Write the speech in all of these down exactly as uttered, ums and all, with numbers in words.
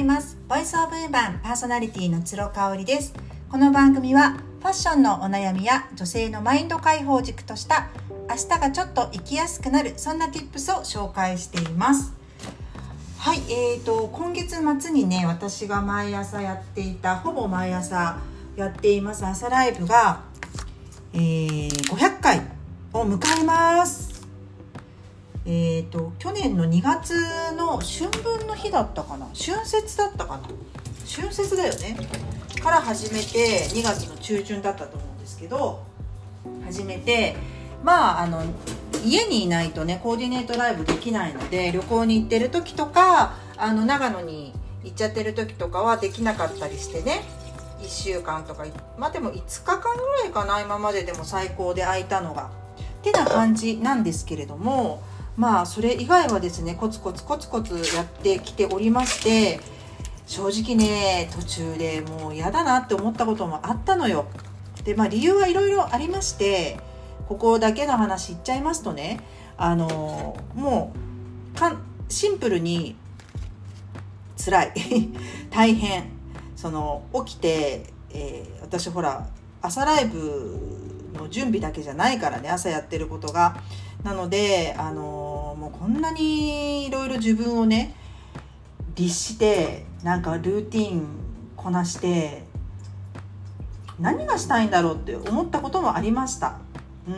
ます。ボイスオブウーマンパーソナリティの鶴香織です。この番組はファッションのお悩みや女性のマインド解放軸とした明日がちょっと生きやすくなる、そんな tips を紹介しています。はい、えーと今月末にね、私が毎朝やっていたほぼ毎朝やっています朝ライブが、えー、ごひゃっかいを迎えます。えーと去年のにがつの春分の日だったかな、春節だったかな、春節だよねから始めて、にがつの中旬だったと思うんですけど、始めて、まああの家にいないとねコーディネートライブできないので、旅行に行ってる時とか、あの長野に行っちゃってる時とかはできなかったりしてね、いっしゅうかんとか、まあでもいつかかんぐらいかな、今まででも最高で空いたのがってな感じなんですけれども、まあそれ以外はですね、コツコツコツコツやってきておりまして、正直ね途中でもう嫌だなって思ったこともあったのよ。でまあ理由はいろいろありまして、ここだけの話言っちゃいますとね、あのもうかんシンプルに辛い大変、その起きて、えー、私ほら朝ライブの準備だけじゃないからね、朝やってることがなので、あのー、もうこんなにいろいろ自分をね律して、なんかルーティンこなして何がしたいんだろうって思ったこともありました。うん、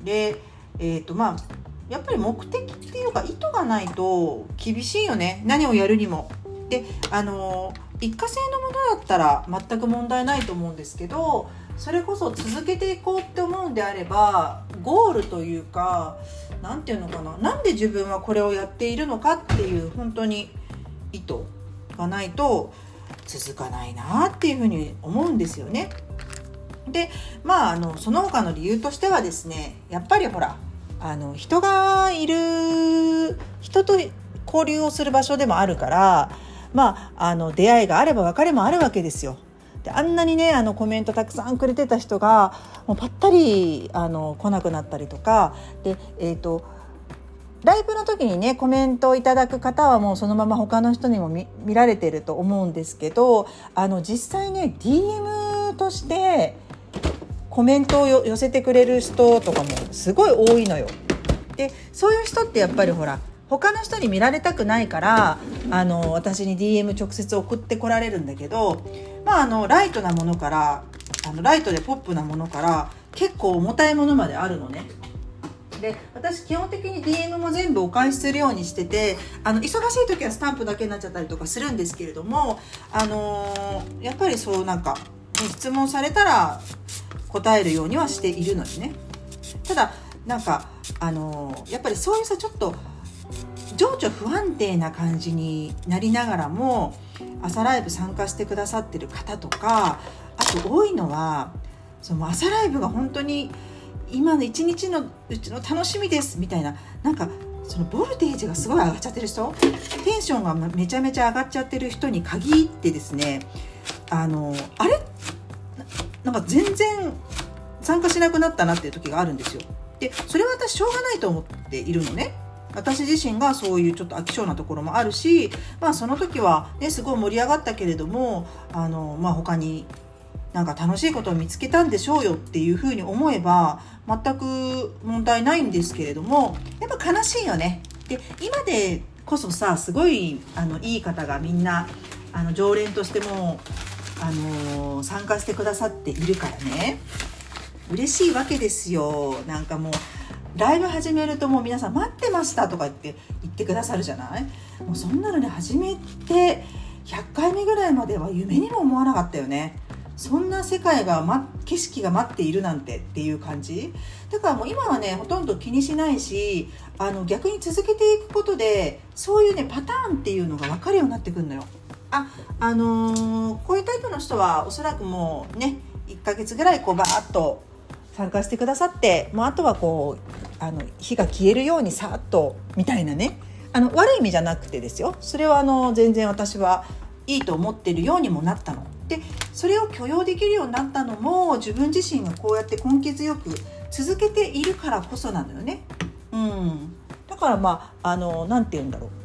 で、えーとまあ、やっぱり目的っていうか意図がないと厳しいよね、何をやるにも。で、あのー、一過性のものだったら全く問題ないと思うんですけど、それこそ続けていこうって思うんであれば、ゴールというか、なんていうのかな、なんで自分はこれをやっているのかっていう本当に意図がないと続かないなっていうふうに思うんですよね。で、まああのその他の理由としてはですね、やっぱりほらあの人がいる、人と交流をする場所でもあるから、まああの出会いがあれば別れもあるわけですよ。であんなにねあのコメントたくさんくれてた人がもうぱったりあの来なくなったりとかで、えーとライブの時にねコメントをいただく方はもうそのまま他の人にも 見, 見られてると思うんですけど、あの実際ね ディーエム としてコメントをよ寄せてくれる人とかもすごい多いのよ。でそういう人ってやっぱりほら他の人に見られたくないから、あの私に ディーエム 直接送ってこられるんだけど、まあ、あのライトなものから、あのライトでポップなものから結構重たいものまであるのね。で私基本的に ディーエム も全部お返しするようにしてて、あの忙しい時はスタンプだけになっちゃったりとかするんですけれども、あのー、やっぱりそうなんか質問されたら答えるようにはしているのにね。ただなんかあのー、やっぱりそういうさ、ちょっと情緒不安定な感じになりながらも朝ライブ参加してくださってる方とか、あと多いのはその朝ライブが本当に今の一日のうちの楽しみですみたいな、なんかそのボルテージがすごい上がっちゃってる人、テンションがめちゃめちゃ上がっちゃってる人に限ってですね、あのあれなんか全然参加しなくなったなっていう時があるんですよ。でそれは私しょうがないと思っているのね。私自身がそういうちょっと飽き性なところもあるし、まあその時はねすごい盛り上がったけれども、あのまあ他になんか楽しいことを見つけたんでしょうよっていうふうに思えば全く問題ないんですけれども、やっぱ悲しいよね。で今でこそさ、すごいあのいい方がみんなあの常連としてもあの参加してくださっているからね、嬉しいわけですよ。なんかもうライブ始めるともう皆さん待ってましたとか言って言ってくださるじゃない。もうそんなのね、始めてひゃっかいめぐらいまでは夢にも思わなかったよね。そんな世界が、ま、景色が待っているなんてっていう感じだから、もう今はねほとんど気にしないし、あの逆に続けていくことでそういうねパターンっていうのが分かるようになってくるのよ。あ、あのー、こういうタイプの人はおそらくもうねいっかげつぐらいこうバーッと参加してくださって、もうあとはこうあの火が消えるようにさーっとみたいなね、あの悪い意味じゃなくてですよ、それはあの全然私はいいと思ってるようにもなったので、それを許容できるようになったのも自分自身がこうやって根気強く続けているからこそなのよね。うん、だからまああのなんて言うんだろう、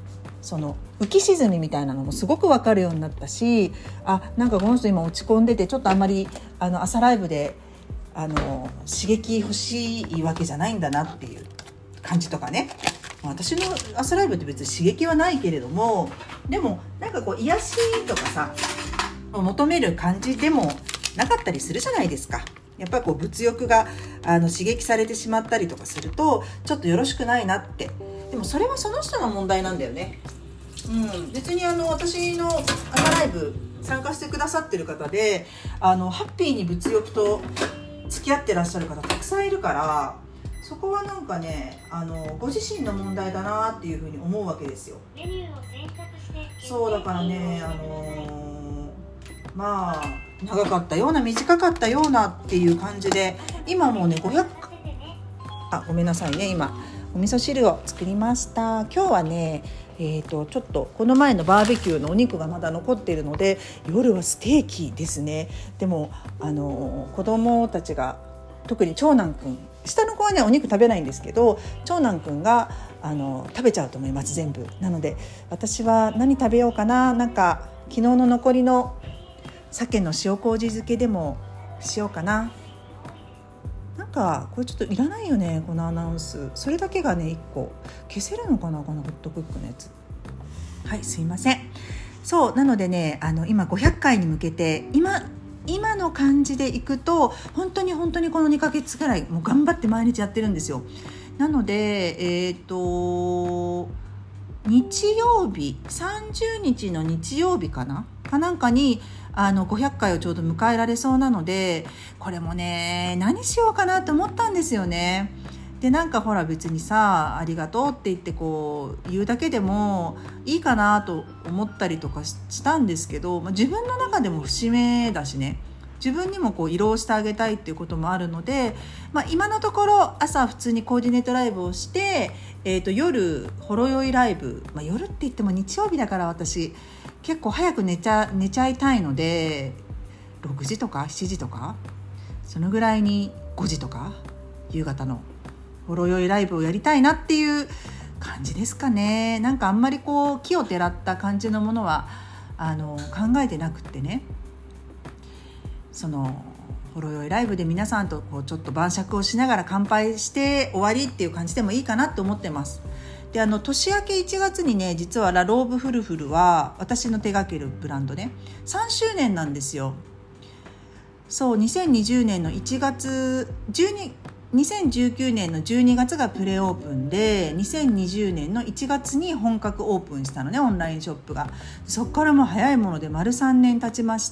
その浮き沈みみたいなのもすごく分かるようになったし、あ、なんかこの人今落ち込んでてちょっとあんまりあの朝ライブであの刺激欲しいわけじゃないんだなっていう感じとかね。私の朝ライブって別に刺激はないけれども、でもなんかこう癒しとかさ求める感じでもなかったりするじゃないですか。やっぱりこう物欲があの刺激されてしまったりとかするとちょっとよろしくないなって。でもそれはその人の問題なんだよね。うん、別にあの私の朝ライブ参加してくださってる方であのハッピーに物欲と付き合ってらっしゃる方たくさんいるから、そこはなんかねあのご自身の問題だなっていうふうに思うわけですよ。そうだからね、あのー、まあ長かったような短かったようなっていう感じで、今もうねごひゃくあごめんなさいね、今お味噌汁を作りました。今日はねえーと、ちょっとこの前のバーベキューのお肉がまだ残っているので夜はステーキですね。でもあの子供たちが、特に長男くん、下の子はねお肉食べないんですけど、長男くんがあの食べちゃうと思います、全部。なので私は何食べようかな。なんか昨日の残りの鮭の塩麹漬けでもしようかな。なんかこれちょっといらないよね、このアナウンス。それだけがねいっこ消せるのかな、このホットクックのやつ。はい、すいません。そうなのでね、あの今ごひゃっかいに向けて今今の感じでいくと本当に本当にこのにかげつぐらいもう頑張って毎日やってるんですよ。なのでえっと日曜日さんじゅうにちの日曜日かなかなんかにあのごひゃっかいをちょうど迎えられそうなので、これもね何しようかなと思ったんですよね。でなんかほら別にさありがとうって言ってこう言うだけでもいいかなと思ったりとかしたんですけど、まあ、自分の中でも節目だしね、自分にもこう慰労してあげたいっていうこともあるので、まあ、今のところ朝普通にコーディネートライブをして、えー、と夜ほろ酔いライブ、まあ、夜って言っても日曜日だから私結構早く寝ちゃ、寝ちゃいたいのでろくじとかしちじとかそのぐらいにごじとか夕方のほろ酔いライブをやりたいなっていう感じですかね。なんかあんまりこう奇をてらった感じのものはあの考えてなくってね、そのほろ酔いライブで皆さんとこうちょっと晩酌をしながら乾杯して終わりっていう感じでもいいかなと思ってます。であの年明けいちがつにね、実はラローブフルフルは私の手掛けるブランドねさんしゅうねんなんですよ。そうにせんにじゅうねんのいちがつじゅうににせんじゅうきゅうねんのじゅうにがつがプレオープンで、にせんにじゅうねんのいちがつに本格オープンしたのね、オンラインショップが。そこからも早いもので丸さんねん経ちまして、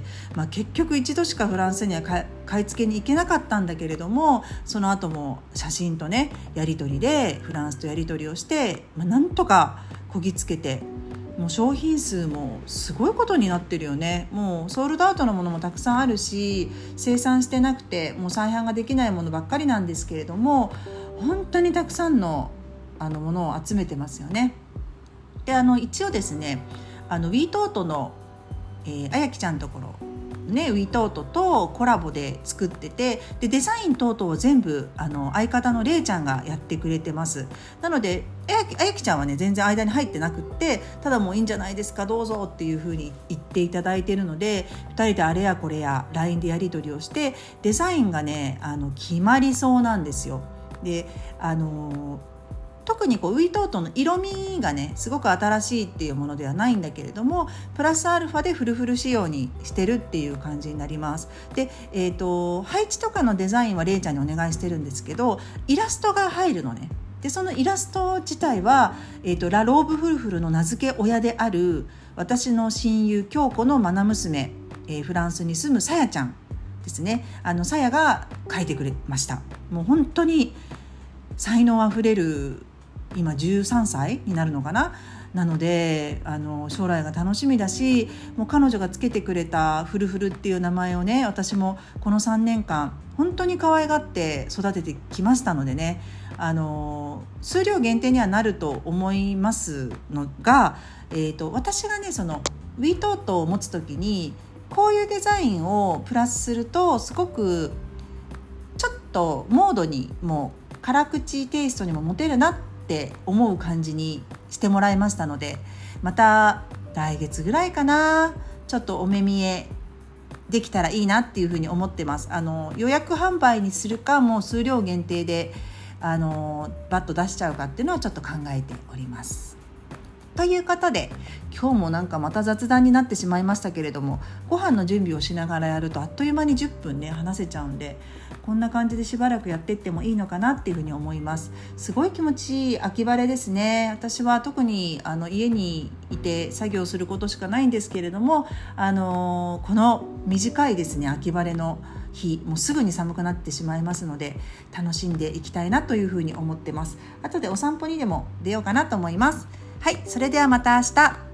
まあ、結局一度しかフランスには買い付けに行けなかったんだけれども、その後も写真とねやり取りでフランスとやり取りをして、まあ、なんとかこぎつけて、もう商品数もすごいことになってるよね。もうソールドアウトのものもたくさんあるし、生産してなくてもう再販ができないものばっかりなんですけれども、本当にたくさんのあのものを集めてますよね。であの一応ですね、あのウィートートの、えー、あやきちゃんのところね、ウィトートとコラボで作ってて、でデザイン等々を全部あの相方のれいちゃんがやってくれてます。なのであやき、あやきちゃんはね全然間に入ってなくって、ただもういいんじゃないですかどうぞっていう風に言っていただいているので、ふたりであれやこれや ライン でやり取りをしてデザインがねあの決まりそうなんですよ。であの特にこうウィートートの色味がねすごく新しいっていうものではないんだけれども、プラスアルファでフルフル仕様にしてるっていう感じになります。で、えーと、配置とかのデザインはれいちゃんにお願いしてるんですけど、イラストが入るのね。でそのイラスト自体は、えーと、ラローブフルフルの名付け親である私の親友京子の愛娘、えー、フランスに住むさやちゃんですね。あのさやが描いてくれました。もう本当に才能あふれる、今じゅうさんさいになるのかな。なのであの将来が楽しみだし、もう彼女がつけてくれたフルフルっていう名前をね、私もこのさんねんかん本当に可愛がって育ててきましたのでね、あの数量限定にはなると思いますのが、えーと、私がねそのウィートートを持つときにこういうデザインをプラスするとすごくちょっとモードにも辛口テイストにも持てるなってって思う感じにしてもらいましたので、また来月ぐらいかな、ちょっとお目見えできたらいいなっていうふうに思ってます。あの予約販売にするか、もう数量限定であのバッと出しちゃうかっていうのをちょっと考えております。ということで、今日もなんかまた雑談になってしまいましたけれども、ご飯の準備をしながらやるとあっという間にじゅっぷんね話せちゃうんで、こんな感じでしばらくやっていってもいいのかなっていうふうに思います。すごい気持ちいい秋晴れですね。私は特にあの家にいて作業することしかないんですけれども、あのー、この短いですね秋晴れの日、もうすぐに寒くなってしまいますので、楽しんでいきたいなというふうに思ってます。後でお散歩にでも出ようかなと思います。はい、それではまた明日。